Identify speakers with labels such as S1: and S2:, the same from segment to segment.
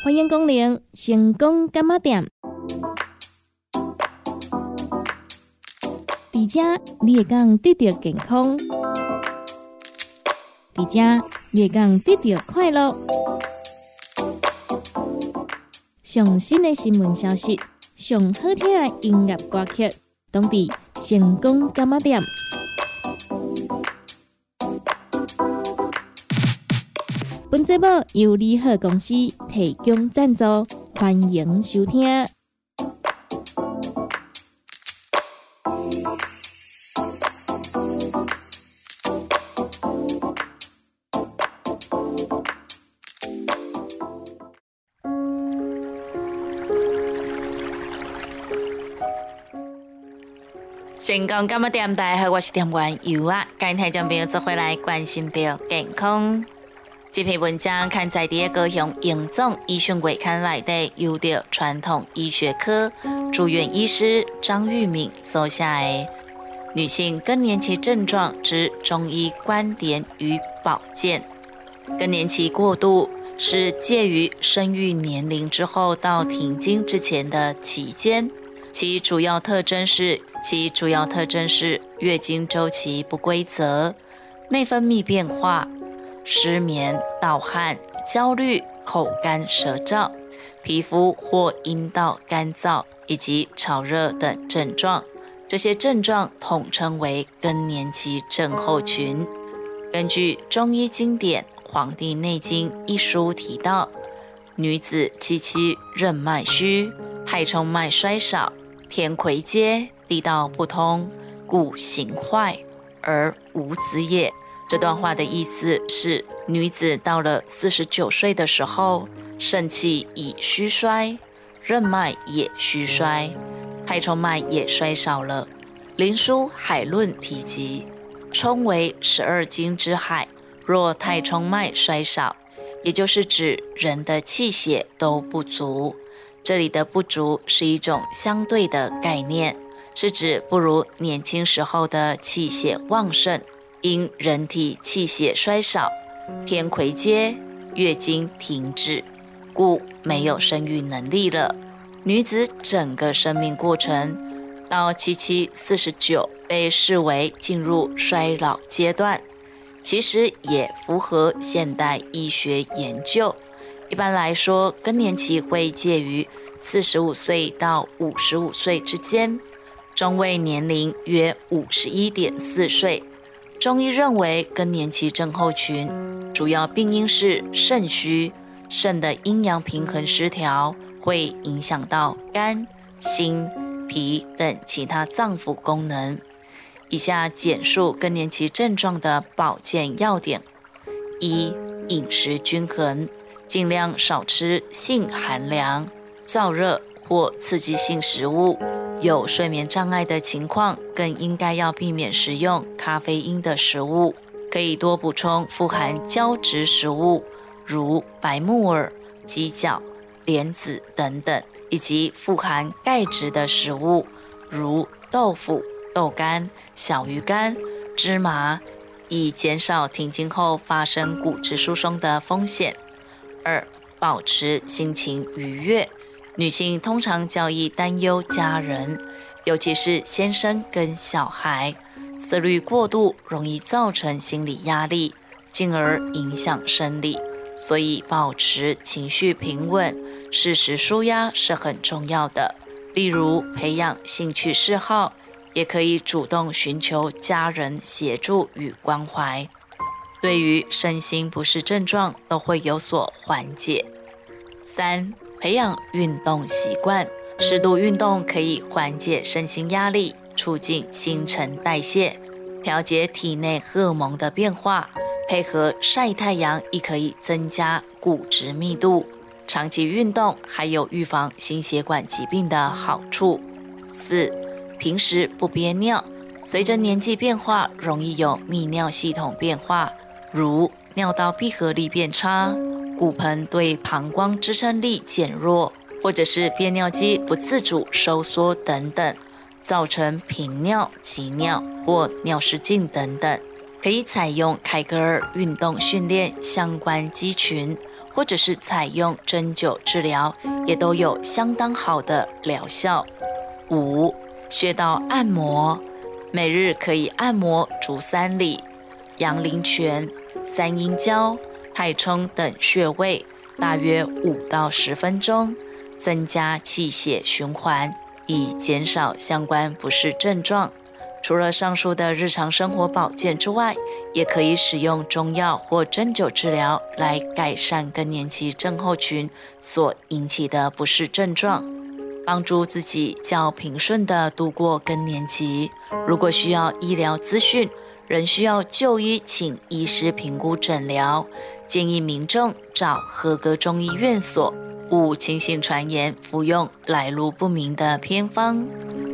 S1: 欢迎光临成功柑仔店。伫遮你会讲得到健康，伫遮你会讲得到快乐。上新的新闻消息，上好听的音乐歌曲，拢伫成功柑仔店。本节目由利好公司提供赞助，欢迎收听。
S2: 成功柑仔店，大家好，我是店员尤啊。今天将朋友做回来关心到健康。这篇文章刊载在高雄荣总医讯月刊内底，由着传统医学科住院医师张玉敏所写的《女性更年期症状之中医观点与保健》。更年期过渡是介于生育年龄之后到停经之前的期间，其主要特征是月经周期不规则、内分泌变化、失眠、盗汗、焦虑、口干舌燥、皮肤或阴道干燥以及潮热等症状。这些症状统称为更年期症候群。根据中医经典《黄帝内经》一书提到，女子七七任脉虚，太冲脉衰少，天癸皆，地道不通，故形坏而无子也。这段话的意思是，女子到了49岁的时候，肾气已虚衰，任脉也虚衰，太冲脉也衰少了。林书海论提及，冲为12经之海，若太冲脉衰少，也就是指人的气血都不足。这里的不足是一种相对的概念，是指不如年轻时候的气血旺盛。因人体气血衰少，天癸皆，月经停止，故没有生育能力了。女子整个生命过程到77、49被视为进入衰老阶段，其实也符合现代医学研究。一般来说，更年期会介于45岁到55岁之间，中位年龄约51.4岁。中医认为，更年期症候群主要病因是肾虚，肾的阴阳平衡失调会影响到肝、心、脾等其他脏腑功能。以下简述更年期症状的保健要点：一、饮食均衡，尽量少吃性寒凉、燥热或刺激性食物。有睡眠障碍的情况，更应该要避免食用咖啡因的食物，可以多补充富含胶质食物，如白木耳、鸡脚、莲子等等，以及富含钙质的食物，如豆腐、豆干、小鱼干、芝麻，以减少停经后发生骨质疏松的风险。二、保持心情愉悦。女性通常较易担忧家人，尤其是先生跟小孩，思虑过度容易造成心理压力，进而影响生理。所以保持情绪平稳，适时抒压是很重要的。例如培养兴趣嗜好，也可以主动寻求家人协助与关怀，对于身心不适症状都会有所缓解。三、培养运动习惯，适度运动可以缓解身心压力，促进新陈代谢，调节体内荷尔蒙的变化，配合晒太阳亦可以增加骨质密度。长期运动还有预防心血管疾病的好处。四、平时不憋尿，随着年纪变化，容易有泌尿系统变化，如尿道闭合力变差、骨盆对膀胱支撑力减弱，或者是憋尿肌不自主收缩等等，造成频尿、急尿或尿失禁等等。可以采用凯格尔运动训练相关肌群， 或者是采用针灸治疗，也都有相当好的疗效。5、穴道按摩，每日可以按摩足三里、阳陵泉、三阴交、太冲等穴位，大约5到10分钟，增加气血循环，以减少相关不适症状。除了上述的日常生活保健之外，也可以使用中药或针灸治疗来改善更年期症候群所引起的不适症状，帮助自己较平顺地度过更年期。如果需要医疗资讯，仍需要就医请医师评估诊疗，建议民众找合格中医院所，勿轻信传言服用来路不明的偏方。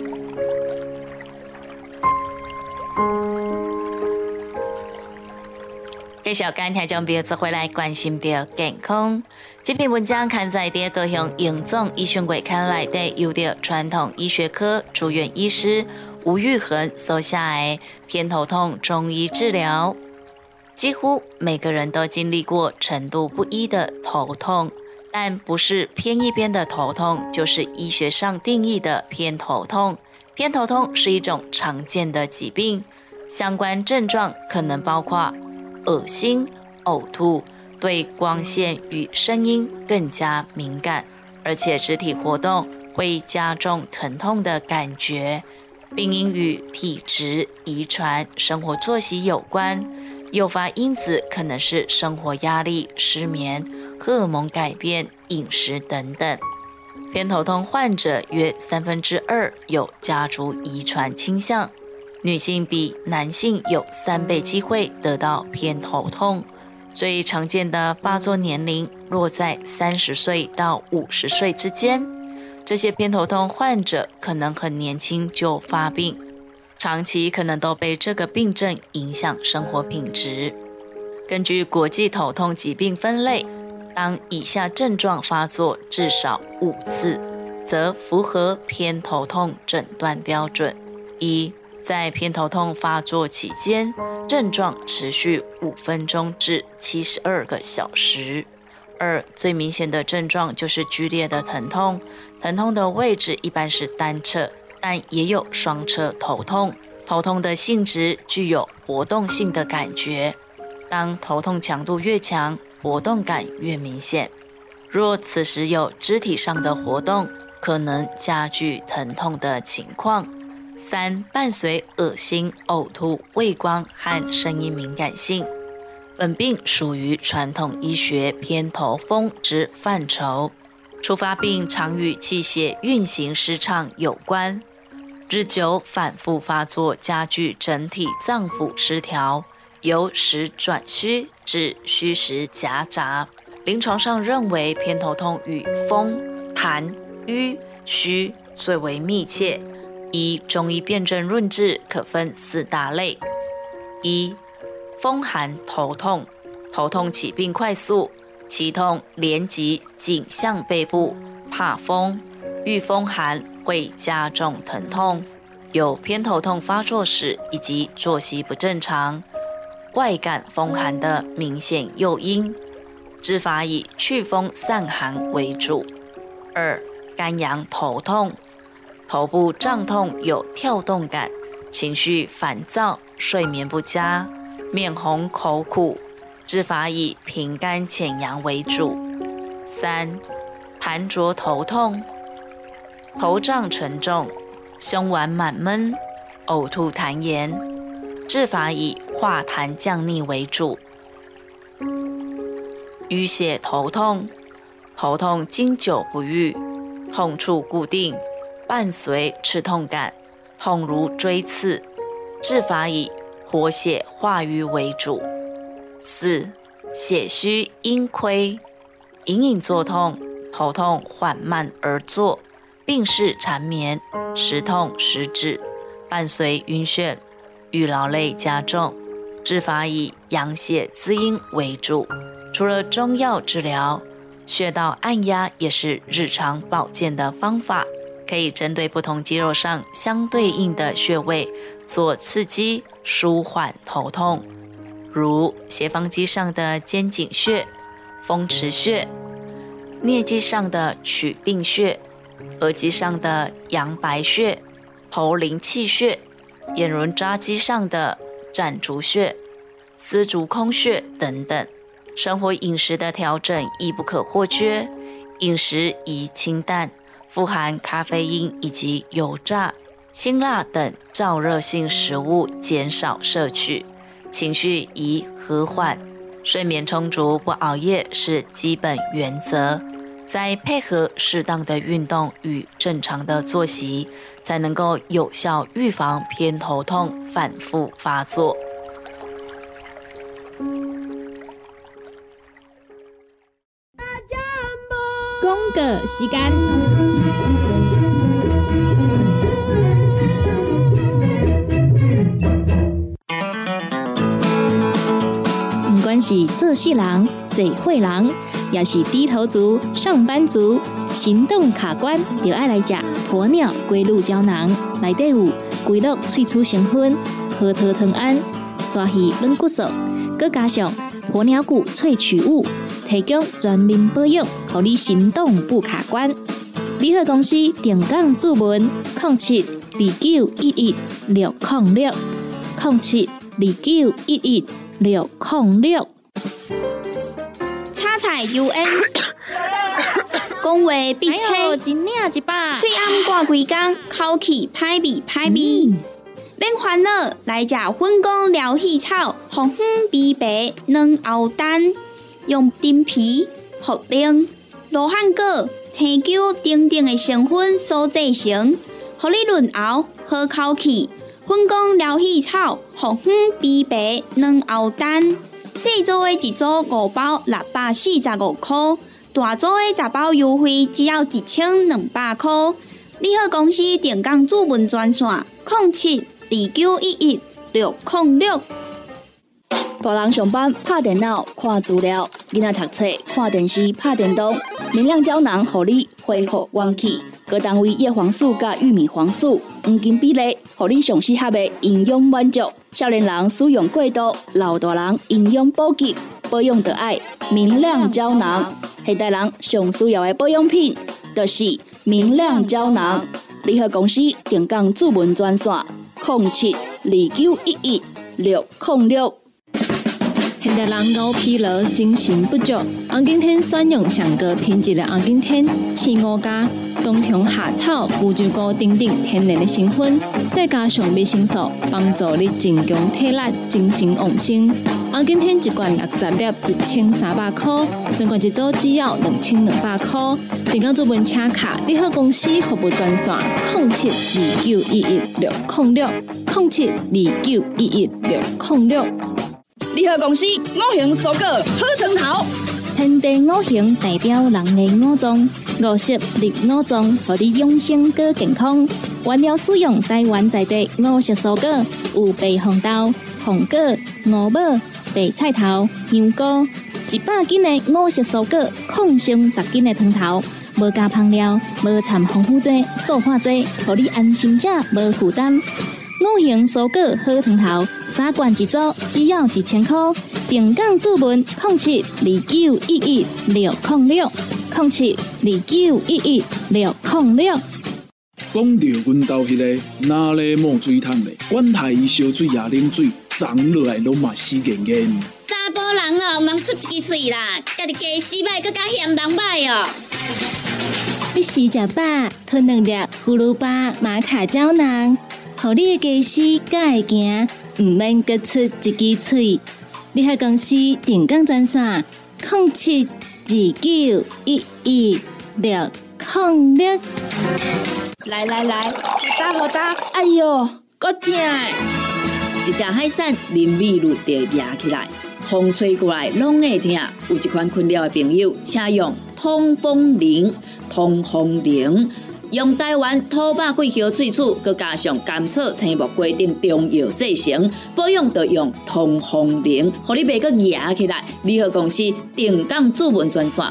S2: 继续跟听众朋友做回来关心到健康。这篇文章刊在第高雄荣总医学月刊内底，由着传统医学科住院医师吴玉恒所写的偏头痛中医治疗。几乎每个人都经历过程度不一的头痛，但不是偏一边的头痛，就是医学上定义的偏头痛。偏头痛是一种常见的疾病，相关症状可能包括恶心、呕吐，对光线与声音更加敏感，而且肢体活动会加重疼痛的感觉，并因与体质、遗传、生活作息有关。诱发因子可能是生活压力、失眠、荷尔蒙改变、饮食等等。偏头痛患者约2/3有家族遗传倾向，女性比男性有3倍机会得到偏头痛。最常见的发作年龄落在30岁到50岁之间。这些偏头痛患者可能很年轻就发病，长期可能都被这个病症影响生活品质。根据国际头痛疾病分类，当以下症状发作至少5次，则符合偏头痛诊断标准。1、在偏头痛发作期间，症状持续5分钟至72个小时。2、最明显的症状就是剧烈的疼痛，疼痛的位置一般是单侧，但也有双侧头痛。头痛的性质具有活动性的感觉，当头痛强度越强，活动感越明显。若此时有肢体上的活动，可能加剧疼痛的情况。3、伴随恶心、呕吐、畏光和声音敏感性。本病属于传统医学偏头风之范畴，初发病常与气血运行失畅有关，日久反复发作，加剧整体脏腑失调，由实转虚至虚实夹杂。临床上认为偏头痛与风、痰、瘀、虚最为密切。依中医辨证论治，可分4大类。1、风寒头痛，头痛起病快速，其痛连及颈项背部，怕风，遇风寒会加重疼痛。有偏头痛发作史以及作息不正常，外感风寒的明显诱因，治法以祛风散寒为主。2、肝阳头痛，头部胀痛有跳动感，情绪烦躁，睡眠不佳，面红口苦，治法以平肝潜阳为主。3、痰浊头痛，头胀沉重，胸脘满闷，呕吐痰盐，治法以化痰降逆为主。淤血头痛，头痛经久不愈，痛处固定，伴随刺痛感，痛如锥刺，治法以活血化瘀为主。4、血虚阴亏，隐隐作痛，头痛缓慢而作，病势缠绵，时痛时止，伴随晕眩，遇劳累加重，治法以养血滋阴为主。除了中药治疗，穴道按压也是日常保健的方法，可以针对不同肌肉上相对应的穴位做刺激，舒缓头痛。如斜方肌上的肩颈穴、 风池穴，颞肌上的曲髌穴，额肌上的阳白穴，头灵气穴，眼轮匝肌上的攒竹穴、丝竹空穴等等。生活饮食的调整亦不可或缺，饮食宜清淡，富含咖啡因以及油炸、辛辣等燥热性食物减少摄取，情绪宜和缓，睡眠充足不熬夜是基本原则，再配合适当的运动与正常的作息，才能够有效预防偏头痛反复发作。
S1: 广告时间。不管是做事人、做伙人，也是低头族、上班族，行动卡关，就爱来吃鸵鸟龟鹿胶囊。内底有龟鹿萃取成分、核桃藤胺、鲨鱼软骨素，佮加上鸵鸟骨萃取物，提供全面保养，让你行动不卡关。联合公司定岗注文0721160607211606。
S3: 叉菜 UN， 讲话必切，
S1: 一领一把，
S3: 嘴暗挂规工，口气歹味歹味。免烦恼，来食粉果疗气草，红粉枇杷软藕蛋，用陈皮、茯苓、罗汉果、青椒等等的成分所制成，互你润喉好口气。粉果疗气草，红粉枇杷软藕蛋，细组的一组5包645块，大组的10包优惠只要1200块。联合公司定岗主文专线0729116006。
S4: 大人上班拍电脑看资料，囡仔读册看电视拍电动，明亮胶囊互你恢复元气。各单位叶黄素甲玉米黄素黄金比例，互你上适合的营养满足。少年人使用过度，老大人营养补给，保养就爱明亮胶囊。现代人上需要的保养品，就是明亮胶囊。联合公司定岗主文专线0729116006。
S5: 现代人熬疲劳、精神不足，红景天选用上高品质的红景天青5加，冬虫夏草、乌鸡菇等等天然的成分，再加上维生素，帮助你增强体力、精神旺盛。红景天一罐60粒1300块，两罐一组只要2200块。订购主文车卡，联合公司服务专线07291160060729116006。
S4: 联合公司5行蔬果好成头，
S1: 天地5行代表人的5脏，5色绿5脏，让你养生更健康。原料使用台湾在地5色蔬果，有白红豆、红果、五宝、白菜头、香菇，100斤的5色蔬果，抗性10斤的汤头，无加香料，无掺防腐剂、塑化剂，让你安心吃，无负担。5行蔬果好汤头，3罐一组，只要1000块。定岗主文07291160060729116006。
S6: 讲到阮兜迄个哪里冒水桶的，管他伊烧水也冷水，长落来拢嘛死严严。
S7: 查甫人哦，毋通出一支嘴啦，家己家洗歹，更加嫌人歹哦。
S5: 你时食饱，吞2粒葫芦巴玛卡胶囊，互你的家洗才会行，毋免各出一支嘴。联合公司定岗专线0729116006。
S4: 来，好打，哎哟，够痛！一只海扇淋米露就压起来，风吹过来拢会痛。有一款困扰的朋友，请用通风铃。用台湾土白桂花萃取，佮加上甘草、青木、规定中药制成，保养就用通风铃，互你袂佮压起来。联合公司定岗主文专线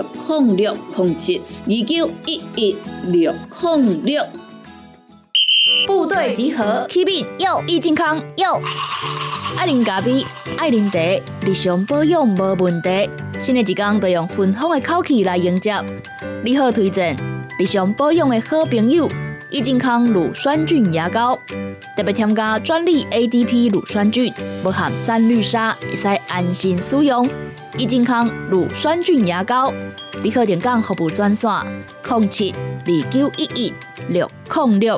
S4: 07291160060729116006。 部队集合，起面要益健康要。爱啉咖啡，爱啉茶，日常保养无问题。新的一天就用芬芳的口气来迎接。你好推荐日常保养的好朋友益健康乳酸菌牙膏，特别添加专利 ADP 乳酸菌，不含三氯沙，会使安心使用。益健康乳酸菌牙膏，你好电讲服务专线0729116006。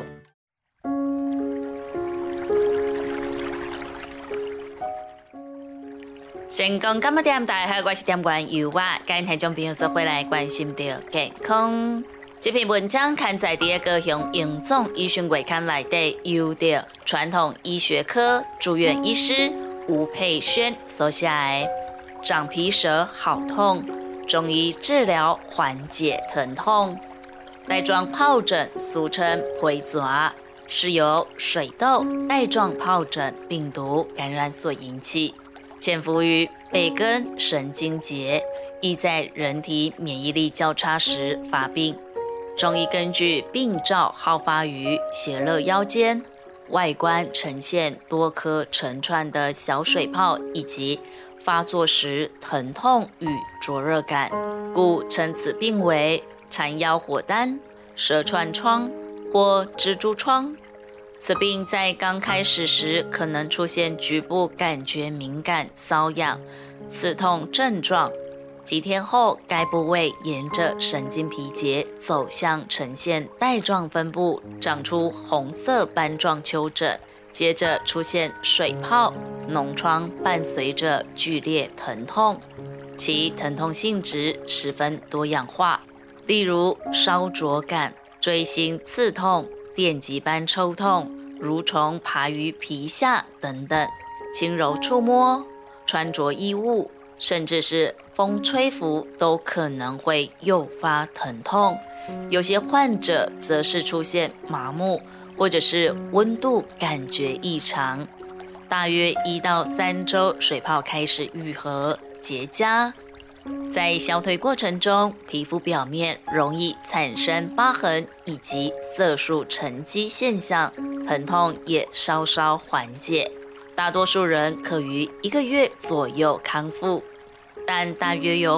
S2: 成功今日点大家好，我是点员尤娃，今天将朋友做回来关心到健康。这篇文章刊载在高雄荣总医学月刊内底，由着传统医学科住院医师吴佩轩所写的长皮蛇好痛，中医治疗缓解疼痛。带状疱疹俗称皮蛇，是由水痘带状疱疹病毒感染所引起。潜伏于背根神经节，易在人体免疫力较差时发病。中医根据病灶好发于胁肋腰间，外观呈现多颗成串的小水泡，以及发作时疼痛与灼热感，故称此病为缠腰火丹、蛇串疮或蜘蛛疮。此病在刚开始时可能出现局部感觉敏感、瘙痒、刺痛症状，几天后该部位沿着神经皮节走向呈现带状分布，长出红色斑状丘疹，接着出现水泡、脓疮，伴随着剧烈疼痛，其疼痛性质十分多样化，例如烧灼感、锥心刺痛、电击般抽痛、蠕虫爬于皮下等等，轻柔触摸、穿着衣物，甚至是风吹拂都可能会诱发疼痛。有些患者则是出现麻木，或者是温度感觉异常。大约1到3周，水泡开始愈合结痂。在消退过程中，皮肤表面容易产生疤痕以及色素沉积现象，疼痛也稍稍缓解。大多数人可于1个月左右康复，但大约有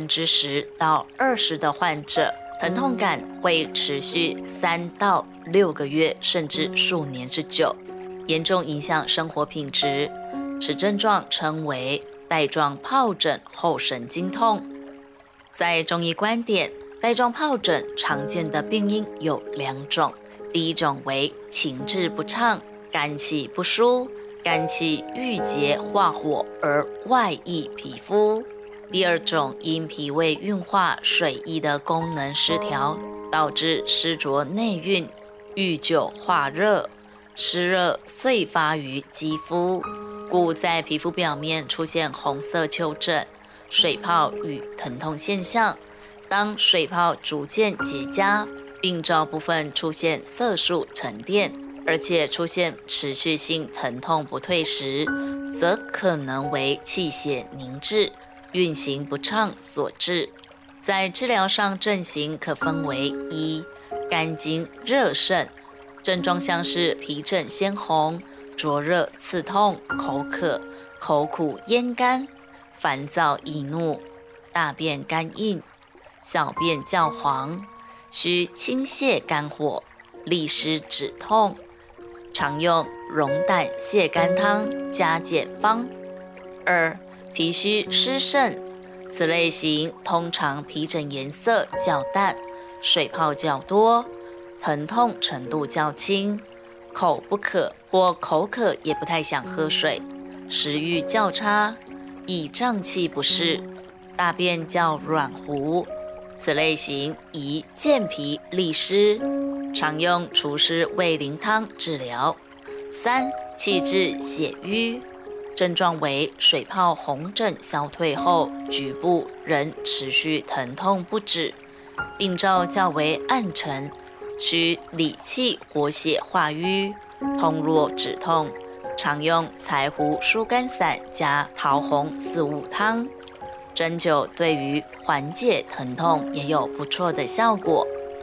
S2: 10%到20%的患者，疼痛感会持续3到6个月，甚至数年之久，严重影响生活品质。此症状称为带状疱疹后神经痛。在中医观点，带状疱疹常见的病因有2种，第一种为情志不畅、肝气不舒、肝气郁结化火而外溢皮肤；第二种因脾胃运化水液的功能失调，导致湿浊内蕴，遇久化热，湿热遂发于肌肤，故在皮肤表面出现红色丘疹、水泡与疼痛现象。当水泡逐渐结痂，病灶部分出现色素沉淀，而且出现持续性疼痛不退时，则可能为气血凝滞、运行不畅所致。在治疗上，症型可分为1、肝经热盛，症状像是皮疹鲜红、灼热刺痛、口渴、口苦咽干、烦躁易怒、大便干硬、小便较黄，需清泻肝火、利湿止痛，常用龙胆泻肝汤加减方。2、脾虚湿盛，此类型通常皮疹颜色较淡，水泡较多，疼痛程度较轻，口不渴或口渴也不太想喝水，食欲较差，易胀气不适，大便较软糊。此类型宜健脾利湿，常用除湿胃灵汤治疗。3、气滞血瘀，症状为水泡红疹消退后，局部仍持续疼痛不止，病灶较为暗沉，需理气活血化瘀，通络止痛，常用柴胡疏肝散加桃红四物汤。针灸对于缓解疼痛也有不错的效果。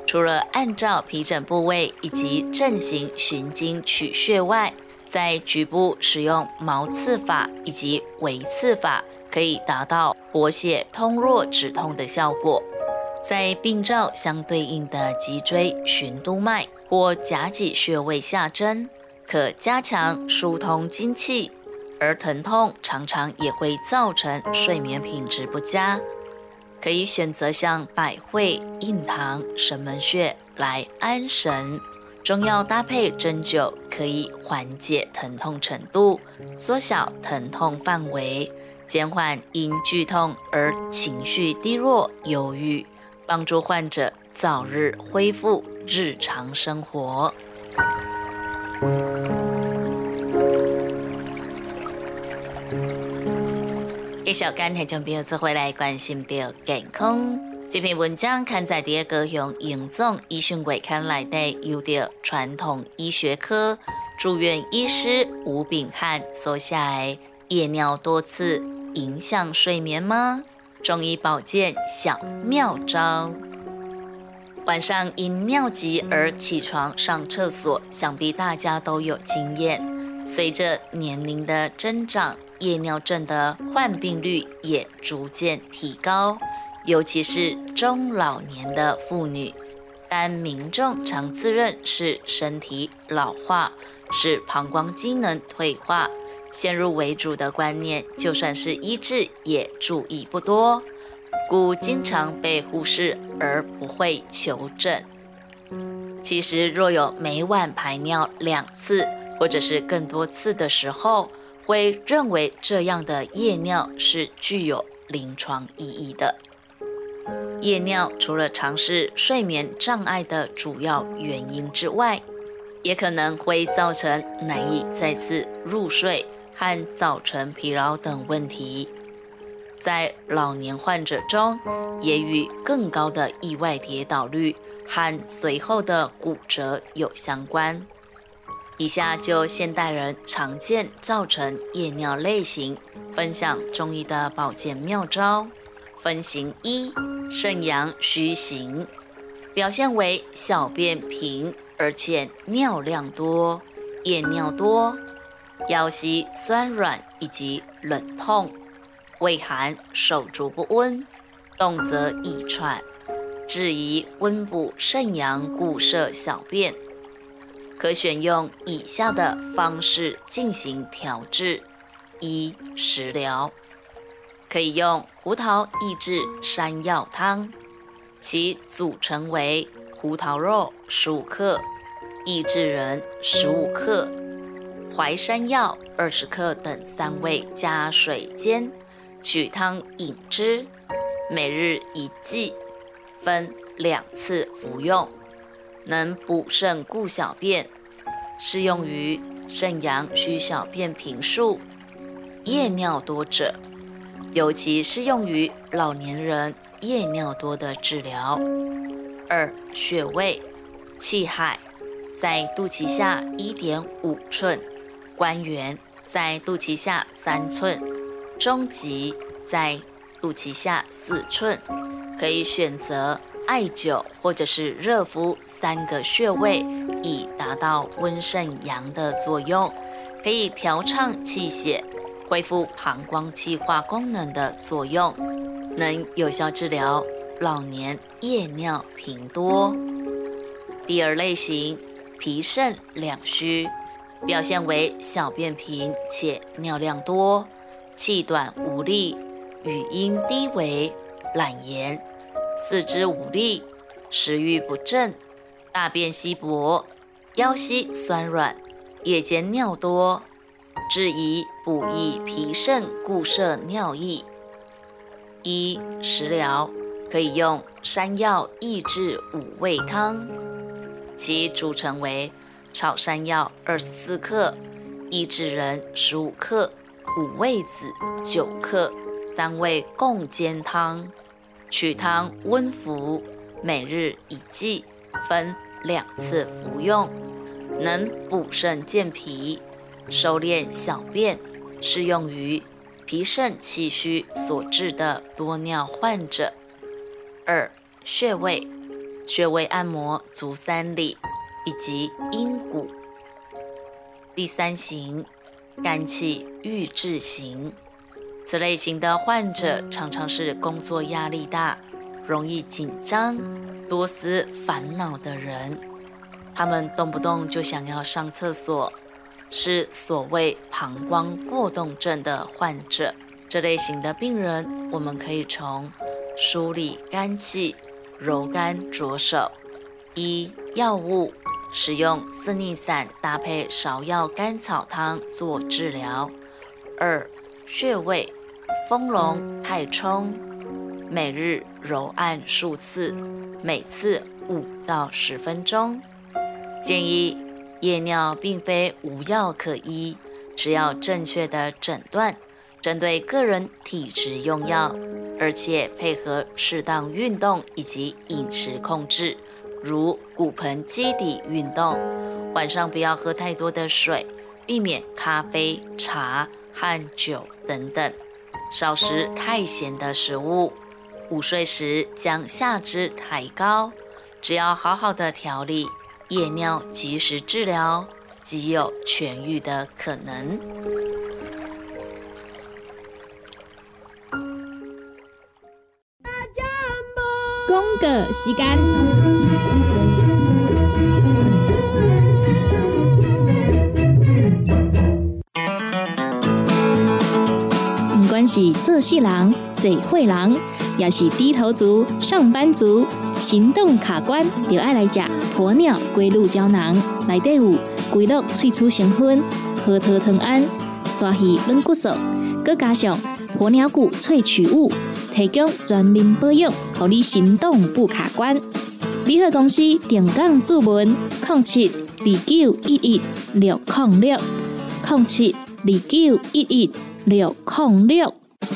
S2: 除了按照皮疹部位以及阵型循经取穴外，在局部使用毛刺法以及微刺法，可以达到活血通络止痛的效果。在病灶相对应的脊椎循督脉或夹脊穴位下针，可加强疏通精气，而疼痛常常也会造成睡眠品质不佳。可以选择像百会、印堂、神门穴来安神。中药搭配针灸，可以缓解疼痛程度，缩小疼痛范围，减缓因剧痛而情绪低落、忧郁，帮助患者早日恢复日常生活。继续跟听众朋友做回来关心到健康。这篇文章刊载在高雄荣总医讯月刊内底，由着传统医学科住院医师吴炳汉所写的夜尿多次影响睡眠吗？中医保健小妙招。晚上因尿急而起床上厕所，想必大家都有经验。随着年龄的增长，夜尿症的患病率也逐渐提高，尤其是中老年的妇女。但民众常自认是身体老化，是膀胱机能退化，先入为主的观念，就算是医治也注意不多，故经常被忽视而不会求诊。其实若有每晚排尿2次或者是更多次的时候，会认为这样的夜尿是具有临床意义的。夜尿除了常是睡眠障碍的主要原因之外，也可能会造成难以再次入睡和早晨疲劳等问题。在老年患者中，也与更高的意外跌倒率和随后的骨折有相关。以下就现代人常见造成夜尿类型，分享中医的保健妙招。分型1：肾阳虚行，表现为小便频，而且尿量多，夜尿多，腰膝酸软以及冷痛，畏寒手足不温，动则易喘，质疑温补肾阳，固摄小便。可选用以下的方式进行调治。1、食疗，可以用胡桃益智山药汤，其组成为胡桃肉15克、益智仁15克、淮山药20克等3味加水煎，取汤饮之，每日1剂，分2次服用，能补肾固小便，适用于肾阳虚小便频数、夜尿多者，尤其适用于老年人夜尿多的治疗。2、穴位，气海在肚脐下1.5寸，关元在肚脐下3寸，中极在肚脐下4寸，可以选择艾灸或者是热敷3个穴位，以达到温肾阳的作用，可以调畅气血，恢复膀胱气化功能的作用，能有效治疗老年夜尿频多。第2类型，脾肾两虚，表现为小便频且尿量多，气短无力，语音低微，懒言，四肢无力，食欲不振，大便稀薄，腰膝酸软，夜间尿多，质疑补益脾肾固摄尿液。1、食疗，可以用山药益智5味汤，其组成为炒山药24克、益智仁15克、五味子9克，3味共煎汤，取汤温服，每日1剂，分2次服用，能补肾健脾，收敛小便，适用于脾肾气虚所致的多尿患者。2、穴位， 穴位按摩足三里以及阴骨。第三型，肝气郁滞型。此类型的患者常常是工作压力大、容易紧张、多思烦恼的人，他们动不动就想要上厕所，是所谓膀胱过动症的患者。这类型的病人，我们可以从梳理肝气、柔肝着手。一、药物，使用四逆散搭配芍药甘草汤做治疗。二、穴位，丰隆、太冲，每日揉按数次，每次5到10分钟。建议夜尿并非无药可医，只要正确的诊断，针对个人体质用药，而且配合适当运动以及饮食控制，如骨盆基底运动。晚上不要喝太多的水，避免咖啡、茶和酒等等。少食太咸的食物。午睡时将下肢抬高，只要好好的调理，夜尿及时治疗，极有痊愈的可能。
S5: 公个时间。
S1: 不管是做事人、做伙人，也是低头族、上班族，行动卡关，就爱来吃鸵鸟龟鹿胶囊。内底有龟鹿萃取成分、核桃藤胺、鲨鱼软骨素，佮加上鸵鸟骨萃取物，提供全面保养，让你行动不卡关。联合公司定岗注文072116060729116006。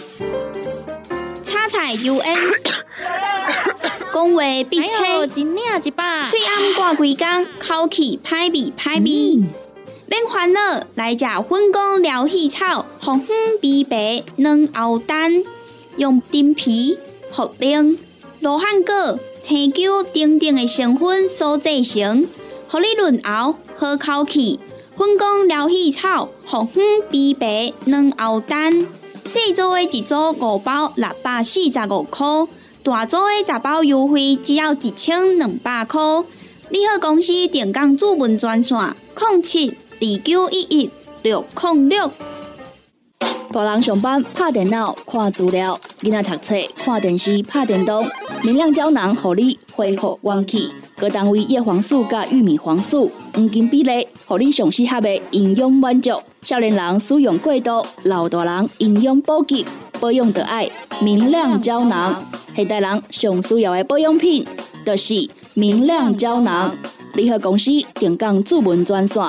S3: 叉菜 UN 讲话必切，
S1: 一领一把，
S3: 喙暗挂规工，口气歹味。免烦恼，来食粉公疗气草，红粉枇杷软喉丹，用陈皮、茯苓、罗汉果、青椒等等的成分所制成，让你润喉好口气。粉公疗气草，红粉枇杷软喉丹。细组的一组5包645块，大组的10包优惠只要1200块。联合公司定岗主文专线0729116006。
S4: 大人上班拍电脑看资料，囡仔读册看电视拍电动，明亮胶囊让你恢复元气。各单位叶黄素甲玉米黄素黄金比例，让你上适合的营养满足。少年人使用过度，老大人营养补给，保养就爱明亮胶囊。现代人上需要的保养品，就是明亮胶囊。联合公司定岗主文专线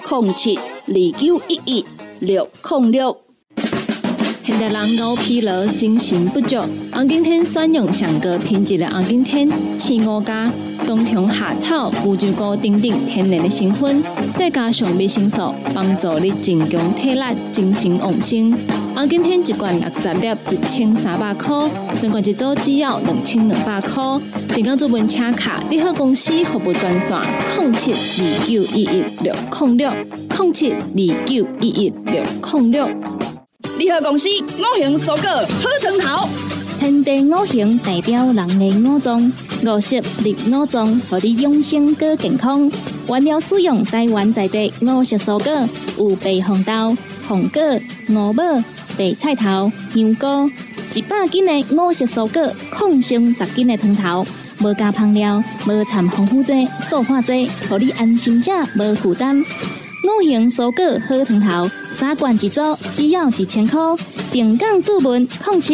S4: 0729116006。
S5: 现代人熬疲劳、精神不足，红景天选用上个品质的红景天青5加冬虫夏草、乌鸡菇等等天然的成分，再加上维生素，帮助你增强体力、精神旺盛。红景天一罐60粒1300块，2罐一组只要2200块。定岗主文车卡，联合公司服务专线07291160060729116006。
S4: 联合公司五行蔬果好汤头，
S1: 天地五行代表人的五脏，5色绿五脏，让你养生更健康。原料使用台湾在地5色蔬果，有白红豆、红果、五宝、白菜头、香菇，100斤的5色蔬果，抗性10斤的汤头。无加香料，无掺防腐剂、塑化剂，让你安心吃，无负担。5行蔬果好汤头，3罐一组，只要1000块。定岗主文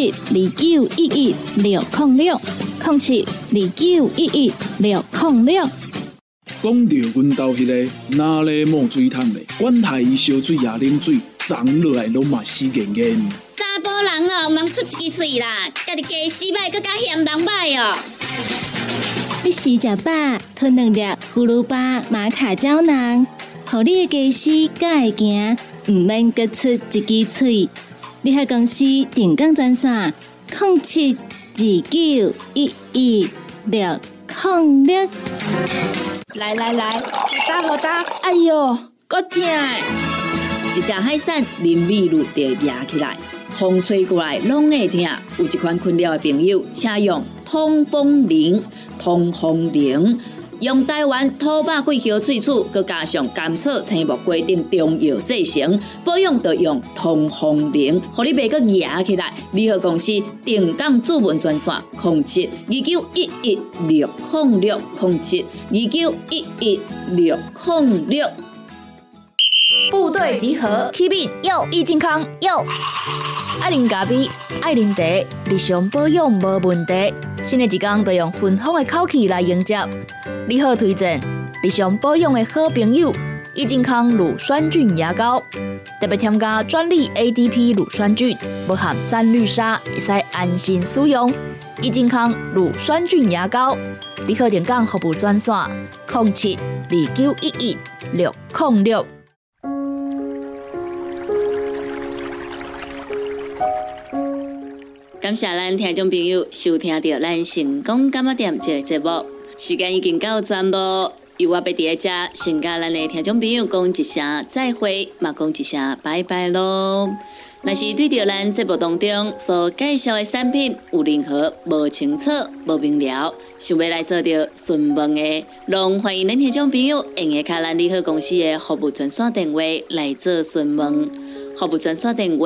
S1: 07291160060729116006。
S6: 讲到阮兜迄个哪里冒水桶的，管他伊烧水也啉水，长落来拢嘛死严严。
S7: 查甫人哦，毋通出一支喙啦，家己家洗歹，佮加嫌人歹哦。
S5: 你时食饱，吞2粒葫芦巴玛卡胶囊，互你的家洗才会行，毋免各出一支喙。联合公司定岗专线07291160060729116006。 抗力。
S4: 来，好打，哎哟，够痛！一只海扇林美露就压起来，风吹过来拢会痛。有一款困扰的朋友，请用通风灵。用台湾土白桂花萃取，佮加上甘草、青木规定中药制成，保养就用通风灵，互你袂佮压起来。联合公司定岗主文专线07-1160607-2911606。
S8: 部队集合，起面要益健康要。爱啉咖啡，爱啉茶，日常保养无问题。新的一天就用芬芳的口气来迎接。你好推荐日常保养的好朋友益健康乳酸菌牙膏，特别添加专利 ADP 乳酸菌，不含三氯沙，会使安心使用。益健康乳酸菌牙膏，你好电讲服务专线07-2911-606。
S4: 感谢咱听众朋友收听到咱成功干妈店这个节目，时间已经到站咯。由我要伫遮先甲咱的听众朋友讲一声再会，嘛讲一声拜拜咯。若是对着咱节目当中所介绍的产品有任何无清楚、无明了，想要来做着询问的，拢欢迎咱听众朋友用下卡咱联合公司的服务专线电话来做询问。服务专线电话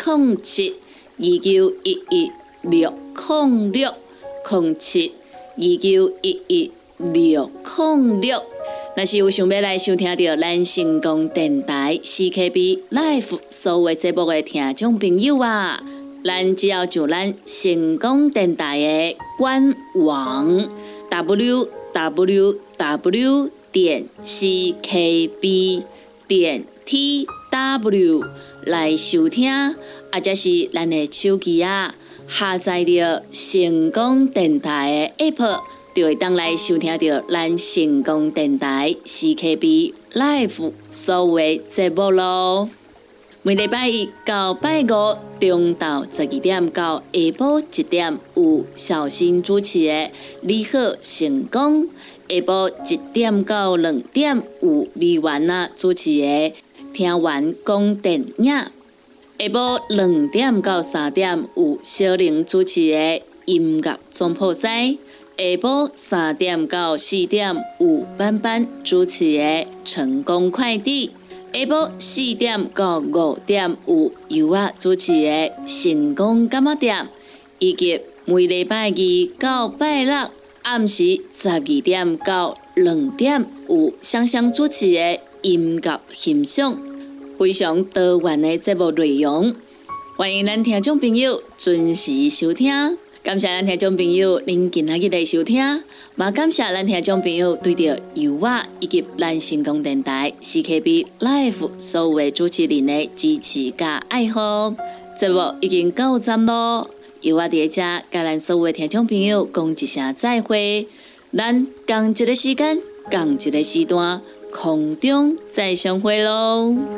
S4: 07-2911-60607-2911-606。若是有想要来收听到咱成功电台 CKB Life 所有节目的听众朋友啊，咱只要上咱成功电台的官网 www.ckb.tw 来收听，或者是咱的手机下载着成功电台的 App， 就会当来收听到咱成功电台 CKB Life 所有的节目咯。每礼拜一到拜五中昼12点到下晡1点有小新主持的《你好成功》，下晡1点到2点有美媛啊主持的《听完讲电影》。下晡2点到3点有小玲主持的音乐总铺师，下晡3点到4点有班班主持的成功快递，下晡4点到5点有尤啊主持的成功干妈店，以及每礼拜二到拜六暗时12点到2点有香香主持的音乐欣赏。非常多元的节目内容，欢迎咱听众朋友准时收听。感谢咱听众朋友您今仔日的收听，嘛感谢咱听众朋友对着由我以及咱成功电台 CKB Life 所有的主持人的支持甲爱好。节目已经到站咯，由我伫遮甲咱所有的听众朋友讲一声再会，咱同一个时间，同一个时段，空中再相会咯。